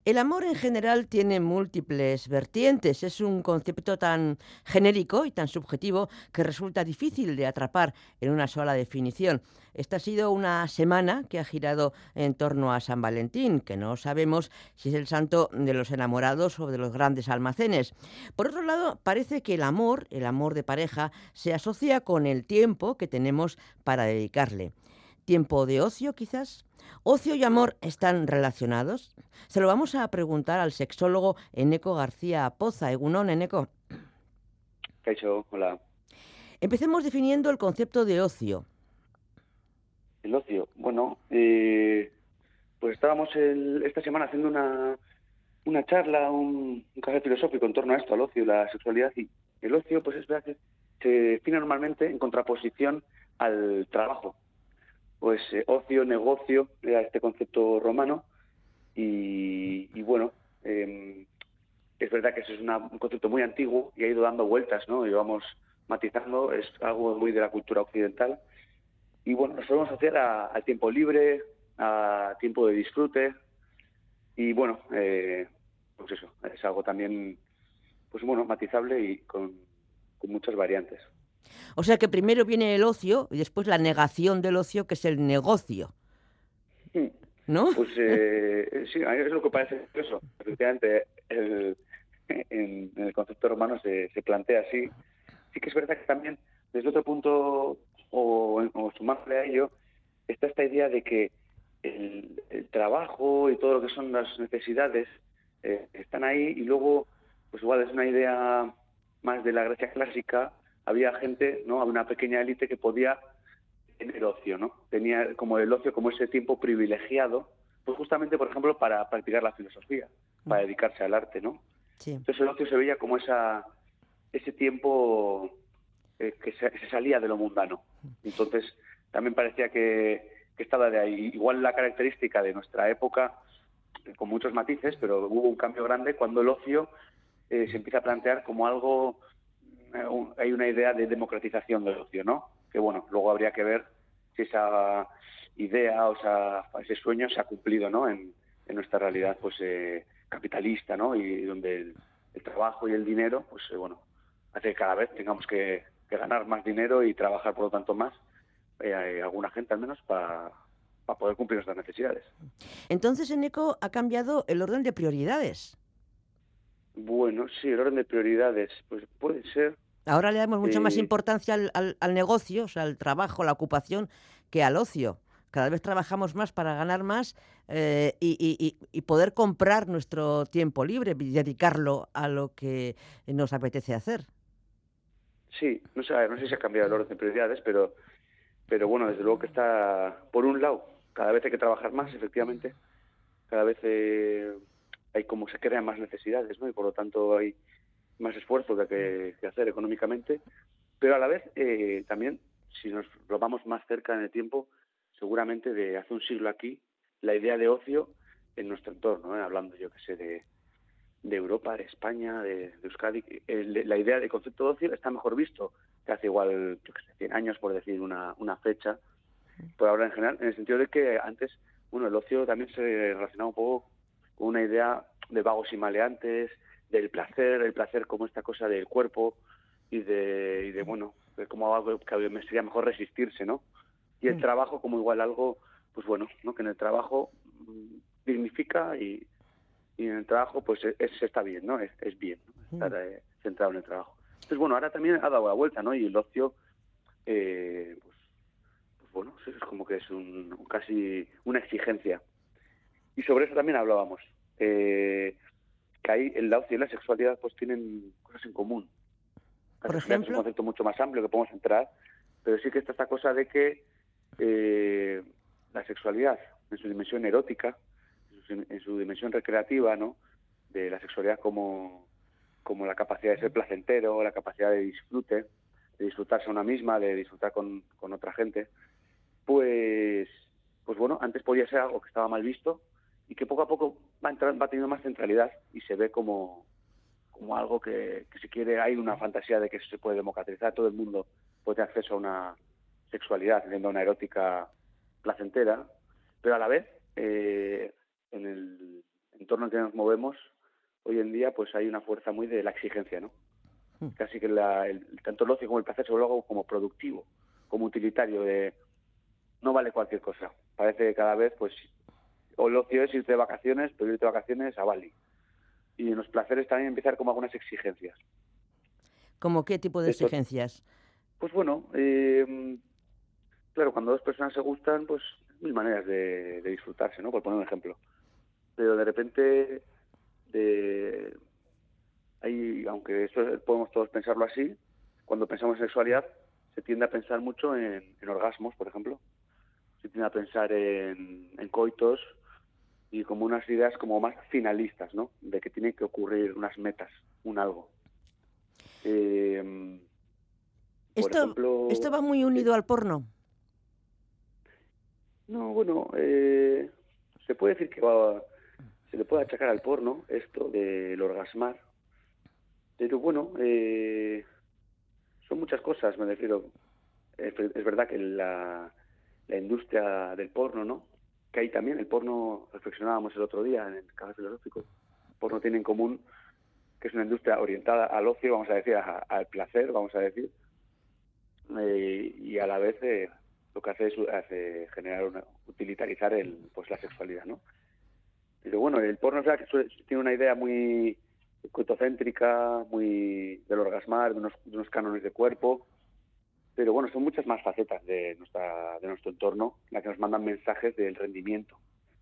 El amor en general tiene múltiples vertientes. Es un concepto tan genérico y tan subjetivo que resulta difícil de atrapar en una sola definición. Esta ha sido una semana que ha girado en torno a San Valentín, que no sabemos si es el santo de los enamorados o de los grandes almacenes. Por otro lado, parece que el amor de pareja, se asocia con el tiempo que tenemos para dedicarle. ¿Tiempo de ocio, quizás? ¿Ocio y amor están relacionados? Se lo vamos a preguntar al sexólogo Eneco García Poza. Egunon, Eneco. Kaixo, hola. Empecemos definiendo el concepto de ocio. El ocio. Bueno, pues estábamos esta semana haciendo una charla, un café filosófico en torno a esto, al ocio y la sexualidad. Y el ocio, pues es verdad que se define normalmente en contraposición al trabajo. Pues ocio, negocio, era este concepto romano. Y bueno, es verdad que ese es un concepto muy antiguo y ha ido dando vueltas, ¿no? Y vamos matizando, es algo muy de la cultura occidental. Y bueno, nos podemos hacer al tiempo libre, a tiempo de disfrute. Y bueno, pues eso, es algo también, pues bueno, matizable y con muchas variantes. O sea que primero viene el ocio y después la negación del ocio, que es el negocio, Hmm. ¿no? Pues sí, a mí es lo que parece eso. Efectivamente, en el concepto romano se plantea así. Sí que es verdad que también, desde otro punto, o sumarle a ello, está esta idea de que el trabajo y todo lo que son las necesidades están ahí y luego, pues igual es una idea más de la Grecia clásica, había gente, ¿no? Había una pequeña élite que podía tener ocio, ¿no? Tenía como el ocio como ese tiempo privilegiado, pues justamente, por ejemplo, para practicar la filosofía, para dedicarse al arte, ¿no? Sí. Entonces el ocio se veía como ese tiempo se salía de lo mundano. Entonces, también parecía que estaba de ahí. Igual la característica de nuestra época, con muchos matices, pero hubo un cambio grande cuando el ocio se empieza a plantear como algo, hay una idea de democratización del ocio, ¿no? Que bueno, luego habría que ver si esa idea o ese sueño se ha cumplido, ¿no? En nuestra realidad, pues capitalista, ¿no? Y donde el trabajo y el dinero, pues bueno, hace que cada vez tengamos que ganar más dinero y trabajar, por lo tanto, más, alguna gente al menos, para poder cumplir nuestras necesidades. Entonces, Eneco, ha cambiado el orden de prioridades. Bueno, sí, el orden de prioridades, pues puede ser. Ahora le damos mucha más eh, importancia al negocio, o sea, al trabajo, la ocupación, que al ocio. Cada vez trabajamos más para ganar más y poder comprar nuestro tiempo libre y dedicarlo a lo que nos apetece hacer. sí, no sé, a ver, no sé si ha cambiado el orden de prioridades, pero bueno, desde luego que está, por un lado, cada vez hay que trabajar más, efectivamente, cada vez hay como se crean más necesidades, ¿no? Y por lo tanto hay más esfuerzo que hacer económicamente, pero a la vez también, si nos lo vamos más cerca en el tiempo, seguramente de hace un siglo aquí, la idea de ocio en nuestro entorno, hablando yo que sé de Europa, de España, de Euskadi, la idea de concepto de ocio está mejor visto que hace igual, yo que sé, 100 años, por decir una fecha, por ahora en general, en el sentido de que antes, bueno, el ocio también se relacionaba un poco con una idea de vagos y maleantes, del placer, el placer como esta cosa del cuerpo y de bueno, de como algo que sería mejor resistirse, ¿no? Y el Mm, trabajo como igual algo, pues bueno, ¿no? Que en el trabajo dignifica y en el trabajo pues está bien, ¿no? Es bien, ¿no? mm. Estar centrado en el trabajo. Entonces, bueno, ahora también ha dado la vuelta, ¿no? Y el ocio, pues bueno, sí, es como que es casi una exigencia. Y sobre eso también hablábamos, que ahí el ocio y la sexualidad pues tienen cosas en común. La Por sexualidad es un ejemplo, concepto mucho más amplio que podemos entrar, pero sí que está esta cosa de que eh, la sexualidad, en su dimensión erótica, en su dimensión recreativa, ¿no? De la sexualidad como la capacidad de ser placentero, la capacidad de disfrute, de disfrutarse a una misma, de disfrutar con otra gente, pues, pues bueno, antes podía ser algo que estaba mal visto y que poco a poco va teniendo más centralidad y se ve como algo que si quiere, hay una fantasía de que se puede democratizar, todo el mundo puede tener acceso a una sexualidad, teniendo una erótica placentera, pero a la vez, en entorno en que nos movemos, hoy en día pues hay una fuerza muy de la exigencia, ¿no? Casi que tanto el ocio como el placer se vuelve algo como productivo, como utilitario, no vale cualquier cosa. Parece que cada vez, pues, o el ocio es irte de vacaciones, pero irte de vacaciones a Bali. Y en los placeres también empiezan como algunas exigencias. ¿Cómo qué tipo de Esto, exigencias? pues bueno, claro, cuando dos personas se gustan, pues mil maneras de disfrutarse, ¿no? Por poner un ejemplo. Pero de repente, aunque eso podemos todos pensarlo así, cuando pensamos en sexualidad, se tiende a pensar mucho en orgasmos, por ejemplo. Se tiende a pensar en coitos y como unas ideas como más finalistas, ¿no? De que tienen que ocurrir unas metas, un algo. Por Esto ejemplo, va muy ¿sí? unido al porno. No, bueno, se puede decir que se le puede achacar al porno esto del orgasmar, pero bueno, son muchas cosas, me refiero. Es verdad que la industria del porno, ¿no? Que ahí también el porno, reflexionábamos el otro día en el Café Filosófico, el porno tiene en común que es una industria orientada al ocio, vamos a decir, al placer, vamos a decir, y a la vez lo que hace es generar utilitarizar pues la sexualidad, ¿no? Pero bueno, el porno es verdad que tiene una idea muy coitocéntrica, muy del orgasmar, de unos cánones de cuerpo, pero bueno, son muchas más facetas de nuestro entorno las que nos mandan mensajes del rendimiento.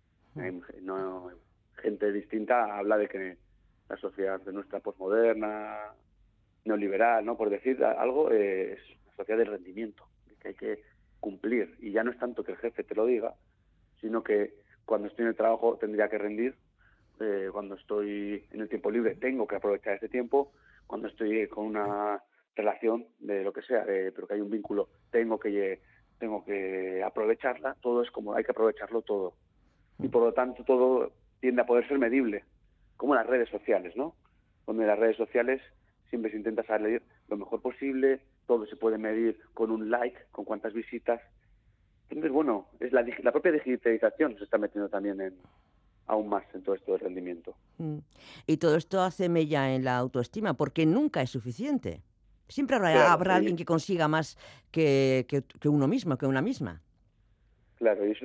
No, gente distinta habla de que la sociedad de nuestra posmoderna, neoliberal, ¿no? Por decir algo, es una sociedad del rendimiento, de que hay que cumplir. Y ya no es tanto que el jefe te lo diga, sino que cuando estoy en el trabajo tendría que rendir, cuando estoy en el tiempo libre tengo que aprovechar ese tiempo, cuando estoy con una relación de lo que sea, pero que hay un vínculo, tengo que aprovecharla, todo es como hay que aprovecharlo todo. Y por lo tanto todo tiende a poder ser medible, como las redes sociales, ¿no? Donde las redes sociales siempre se intenta salir lo mejor posible, todo se puede medir con un like, con cuántas visitas. Entonces, bueno, es la propia digitalización se está metiendo también aún más en todo esto del rendimiento. Mm. Y todo esto hace mella en la autoestima, porque nunca es suficiente. Siempre Claro, habrá alguien que consiga más que uno mismo, que una misma. claro, y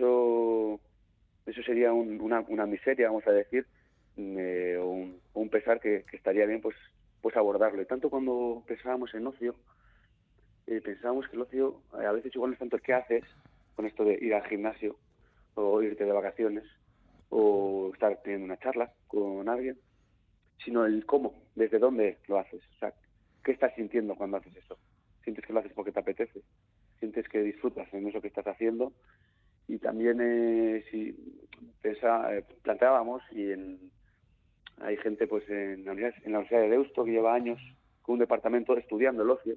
eso sería una miseria, vamos a decir, o un pesar que estaría bien pues abordarlo. Y tanto cuando pensábamos en ocio, pensábamos que el ocio a veces igual no es tanto el qué haces, con esto de ir al gimnasio o irte de vacaciones o estar teniendo una charla con alguien, sino el cómo, desde dónde lo haces. O sea, ¿qué estás sintiendo cuando haces eso? ¿Sientes que lo haces porque te apetece? ¿Sientes que disfrutas en eso que estás haciendo? Y también si planteábamos hay gente pues en la Universidad de Deusto que lleva años con un departamento estudiando el ocio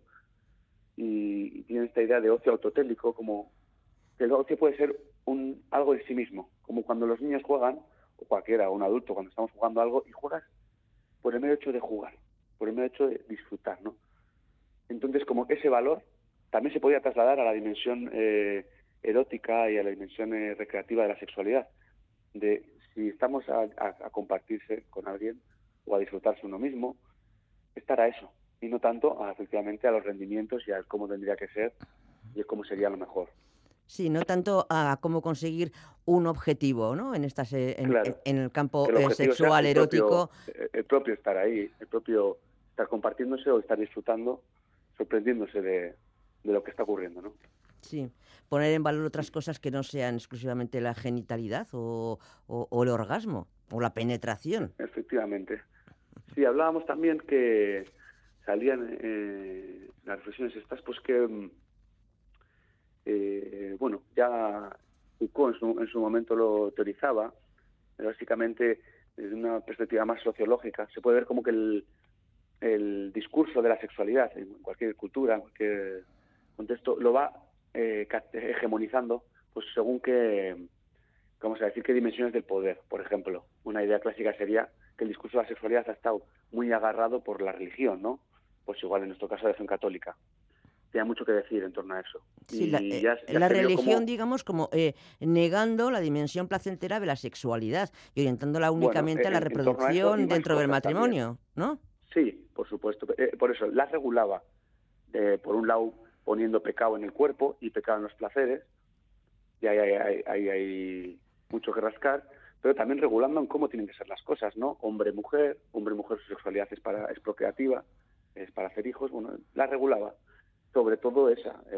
y tiene esta idea de ocio autotélico, como que el ocio puede ser algo en sí mismo, como cuando los niños juegan, o cualquiera, o un adulto, cuando estamos jugando algo y juegas por el mero hecho de jugar, por el mero hecho de disfrutar, ¿no? Entonces, como ese valor también se podía trasladar a la dimensión erótica y a la dimensión recreativa de la sexualidad, de si estamos a compartirse con alguien o a disfrutarse uno mismo, estar a eso, y no tanto efectivamente a los rendimientos y a cómo tendría que ser y cómo sería lo mejor. Sí, no tanto a cómo conseguir un objetivo, ¿no? En Claro, en el campo que el objetivo sea sexual, erótico. el propio estar ahí, el propio estar compartiéndose o estar disfrutando, sorprendiéndose de lo que está ocurriendo, ¿no? Sí, poner en valor otras cosas que no sean exclusivamente la genitalidad o el orgasmo o la penetración. Efectivamente. Sí, hablábamos también que salían las reflexiones estas, pues que, bueno, ya Foucault en su momento lo teorizaba, pero básicamente desde una perspectiva más sociológica. Se puede ver como que el discurso de la sexualidad en cualquier cultura, en cualquier contexto, lo va hegemonizando, pues según vamos a decir, qué dimensiones del poder. Por ejemplo, una idea clásica sería que el discurso de la sexualidad ha estado muy agarrado por la religión, ¿no? Pues igual en nuestro caso la religión católica. tiene mucho que decir en torno a eso. Sí, Y ya la se vio religión, como, digamos, como negando la dimensión placentera de la sexualidad y orientándola bueno, únicamente a la en torno a eso y reproducción más dentro del cosas también. matrimonio, ¿no? Sí, por supuesto. Por eso, la regulaba, por un lado, poniendo pecado en el cuerpo y pecado en los placeres, y hay mucho que rascar, pero también regulando en cómo tienen que ser las cosas, ¿no? Hombre-mujer su sexualidad es procreativa, es para hacer hijos, bueno, la regulaba, sobre todo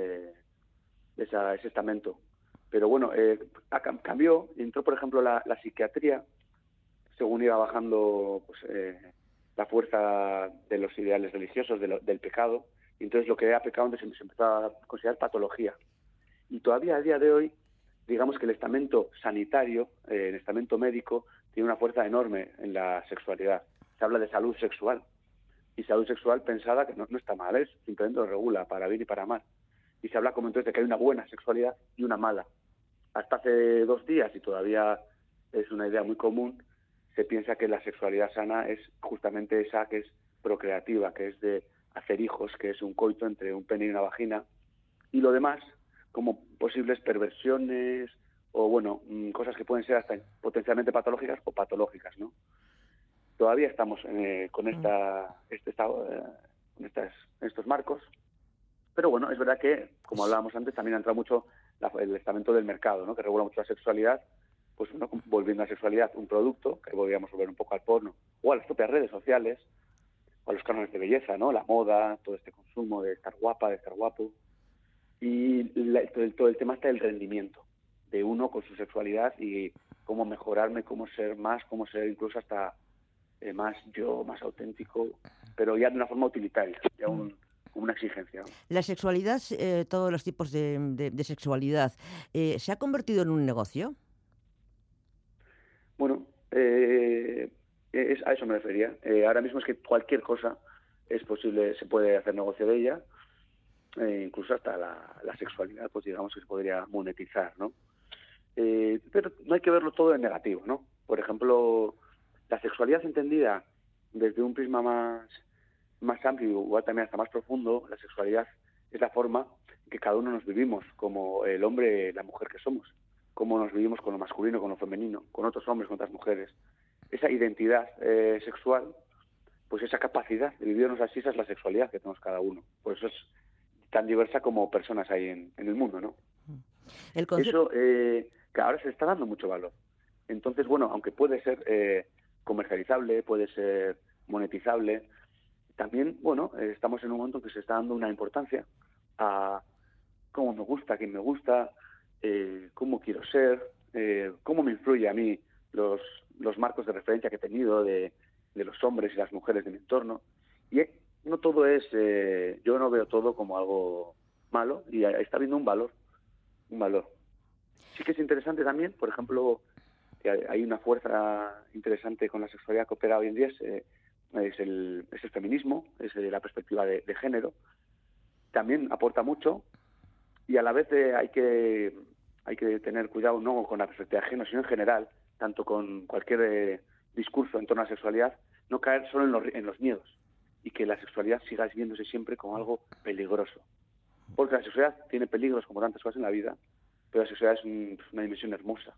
ese estamento. Pero bueno, cambió, entró por ejemplo la psiquiatría, según iba bajando pues, la fuerza de los ideales religiosos, del pecado, y entonces lo que era pecado entonces se empezó a considerar patología. Y todavía a día de hoy, digamos que el estamento sanitario, el estamento médico, tiene una fuerza enorme en la sexualidad. Se habla de salud sexual, y salud sexual pensada que no está mal, es simplemente lo regula para bien y para mal. Y se habla como entonces de que hay una buena sexualidad y una mala. Hasta hace 2 días, y todavía es una idea muy común, se piensa que la sexualidad sana es justamente esa que es procreativa, que es de hacer hijos, que es un coito entre un pene y una vagina, y lo demás como posibles perversiones o, bueno, cosas que pueden ser hasta potencialmente patológicas o patológicas, ¿no? Todavía estamos con Mm. con estos marcos, pero bueno, es verdad que, como hablábamos antes, también ha entrado mucho el estamento del mercado, ¿no? Que regula mucho la sexualidad, pues bueno, volviendo a la sexualidad un producto, que podríamos volver un poco al porno, o a las propias redes sociales, o a los cánones de belleza, ¿no? La moda, todo este consumo de estar guapa, de estar guapo, y todo el tema está del rendimiento de uno con su sexualidad y cómo mejorarme, cómo ser más, cómo ser incluso hasta más yo, más auténtico, pero ya de una forma utilitaria, ya como una exigencia, ¿no? La sexualidad, todos los tipos de sexualidad, ¿se ha convertido en un negocio? Bueno, a eso me refería. Ahora mismo es que cualquier cosa es posible, se puede hacer negocio de ella, incluso hasta la sexualidad, pues digamos que se podría monetizar, ¿no? Pero no hay que verlo todo en negativo, ¿no? Por ejemplo, la sexualidad entendida desde un prisma más amplio, igual también hasta más profundo, la sexualidad es la forma en que cada uno nos vivimos, como el hombre, la mujer que somos, cómo nos vivimos con lo masculino, con lo femenino, con otros hombres, con otras mujeres. Esa identidad sexual, pues esa capacidad de vivirnos así, esa es la sexualidad que tenemos cada uno. Por eso es tan diversa como personas hay en el mundo, ¿no? El concepto. Eso que ahora se está dando mucho valor. Entonces, bueno, aunque puede ser comercializable, puede ser monetizable, también, bueno, estamos en un momento en que se está dando una importancia a cómo me gusta, quién me gusta, cómo quiero ser, cómo me influye a mí los marcos de referencia que he tenido de los hombres y las mujeres de mi entorno. Y no todo es, yo no veo todo como algo malo y está habiendo un valor. Sí que es interesante también, por ejemplo, que hay una fuerza interesante con la sexualidad que opera hoy en día, es el feminismo, es la perspectiva de género. También aporta mucho y a la vez hay que tener cuidado no con la perspectiva de género, sino en general, tanto con cualquier discurso en torno a la sexualidad, no caer solo en los miedos y que la sexualidad siga viéndose siempre como algo peligroso. Porque la sexualidad tiene peligros como tantas cosas en la vida, pero la sexualidad es una dimensión hermosa,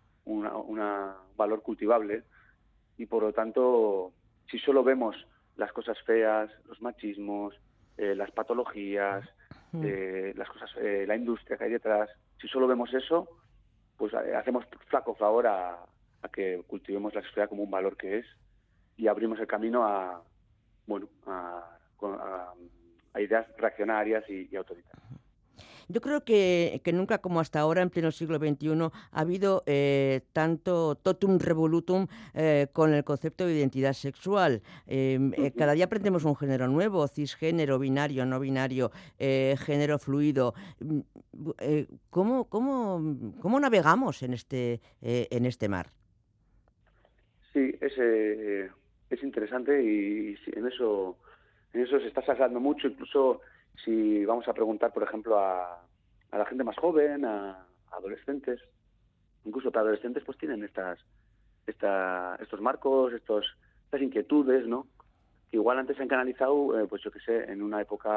un valor cultivable y por lo tanto, si solo vemos las cosas feas, los machismos, las patologías, Mm. las cosas, la industria que hay detrás, si solo vemos eso, pues hacemos flaco favor a que cultivemos la sexualidad como un valor que es y abrimos el camino bueno, a ideas reaccionarias y autoritarias. Yo creo que nunca como hasta ahora, en pleno siglo XXI, ha habido tanto totum revolutum con el concepto de identidad sexual. Cada día aprendemos un género nuevo, cisgénero, binario, no binario, género fluido. ¿Cómo navegamos en este mar? Sí, es interesante y sí, en eso se está hablando mucho, incluso si vamos a preguntar, por ejemplo, a la gente más joven, a adolescentes, incluso para adolescentes, pues tienen estos marcos, estas inquietudes, ¿no? Que igual antes se han canalizado, pues yo qué sé, en una época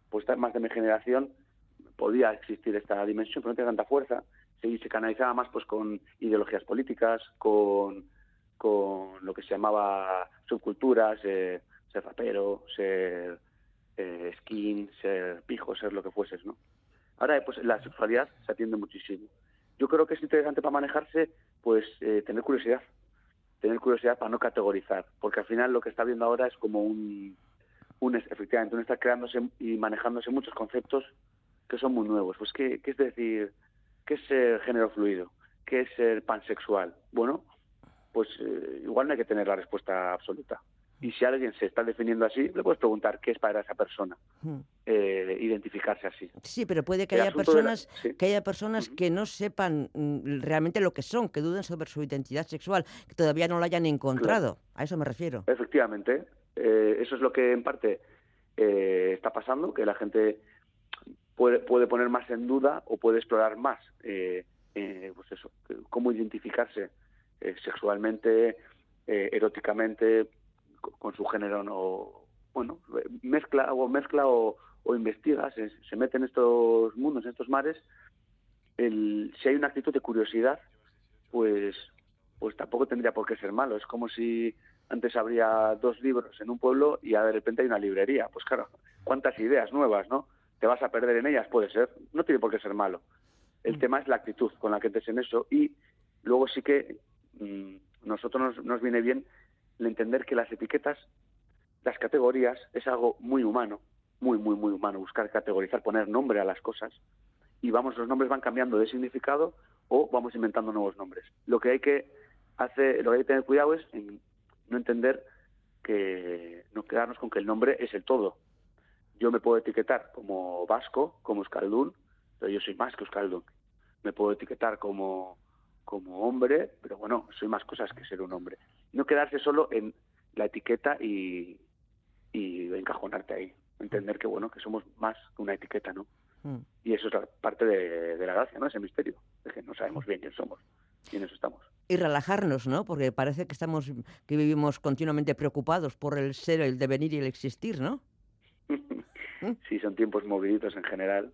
pues más de mi generación podía existir esta dimensión, pero no tiene tanta fuerza. Se canalizaba más pues con ideologías políticas, con lo que se llamaba subculturas, ser rapero, ser skin, ser pijo, ser lo que fueses, ¿no? Ahora, pues la sexualidad se atiende muchísimo. Yo creo que es interesante para manejarse, pues tener curiosidad para no categorizar, porque al final lo que está viendo ahora es como efectivamente, uno está creándose y manejándose muchos conceptos que son muy nuevos. Pues, ¿qué es decir? ¿Qué es ser género fluido? ¿Qué es ser pansexual? Bueno, pues igual no hay que tener la respuesta absoluta. Y si alguien se está definiendo así, le puedes preguntar qué es para esa persona identificarse así. Sí, pero puede que haya personas, sí. Que no sepan realmente lo que son, que duden sobre su identidad sexual, que todavía no la hayan encontrado. Claro. A eso me refiero. Efectivamente. Eso es lo que en parte está pasando, que la gente puede poner más en duda o puede explorar más pues eso, cómo identificarse sexualmente, eróticamente, con su género. No, bueno, mezcla o investiga, se mete en estos mundos, en estos mares. Si hay una actitud de curiosidad, pues tampoco tendría por qué ser malo. Es como si antes habría 2 libros en un pueblo y de repente hay una librería. Pues claro, cuántas ideas nuevas, ¿no? ¿Te vas a perder en ellas? Puede ser. No tiene por qué ser malo. El tema es la actitud con la que estés en eso. Y luego sí que nosotros nos viene bien el entender que las etiquetas, las categorías, es algo muy humano, muy, muy, muy humano. Buscar categorizar, poner nombre a las cosas. Y los nombres van cambiando de significado o vamos inventando nuevos nombres. Lo que hay que tener cuidado es en no entender no quedarnos con que el nombre es el todo. Yo me puedo etiquetar como vasco, como euskaldun, pero yo soy más que euskaldun. Me puedo etiquetar como hombre, pero bueno, soy más cosas que ser un hombre. No quedarse solo en la etiqueta y encajonarte ahí. Entender que bueno, que somos más que una etiqueta, ¿no? Y eso es parte de la gracia, ¿no? Ese misterio, de que no sabemos bien quién somos y en eso estamos. Y relajarnos, ¿no? Porque parece que vivimos continuamente preocupados por el ser, el devenir y el existir, ¿no? Sí, son tiempos moviditos en general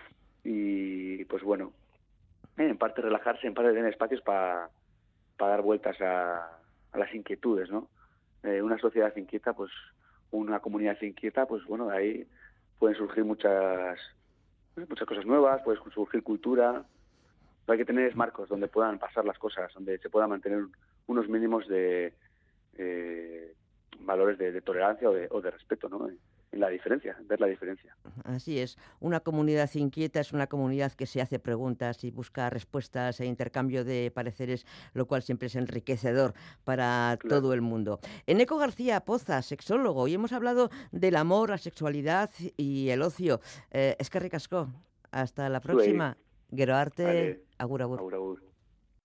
y pues bueno, en parte relajarse, en parte tener espacios para dar vueltas a las inquietudes, ¿no? Una sociedad inquieta, pues una comunidad inquieta, pues bueno, de ahí pueden surgir muchas cosas nuevas, puede surgir cultura. Hay que tener marcos donde puedan pasar las cosas, donde se puedan mantener unos mínimos de valores de tolerancia o de respeto, ¿no? En la diferencia, ver la diferencia. Así es. Una comunidad inquieta es una comunidad que se hace preguntas y busca respuestas e intercambio de pareceres, lo cual siempre es enriquecedor para Claro. todo el mundo. Eneco García Poza, sexólogo, y hemos hablado del amor, la sexualidad y el ocio. Eskerrik asko. Hasta la próxima. Gero arte, Vale. agur, agur. Agur, agur.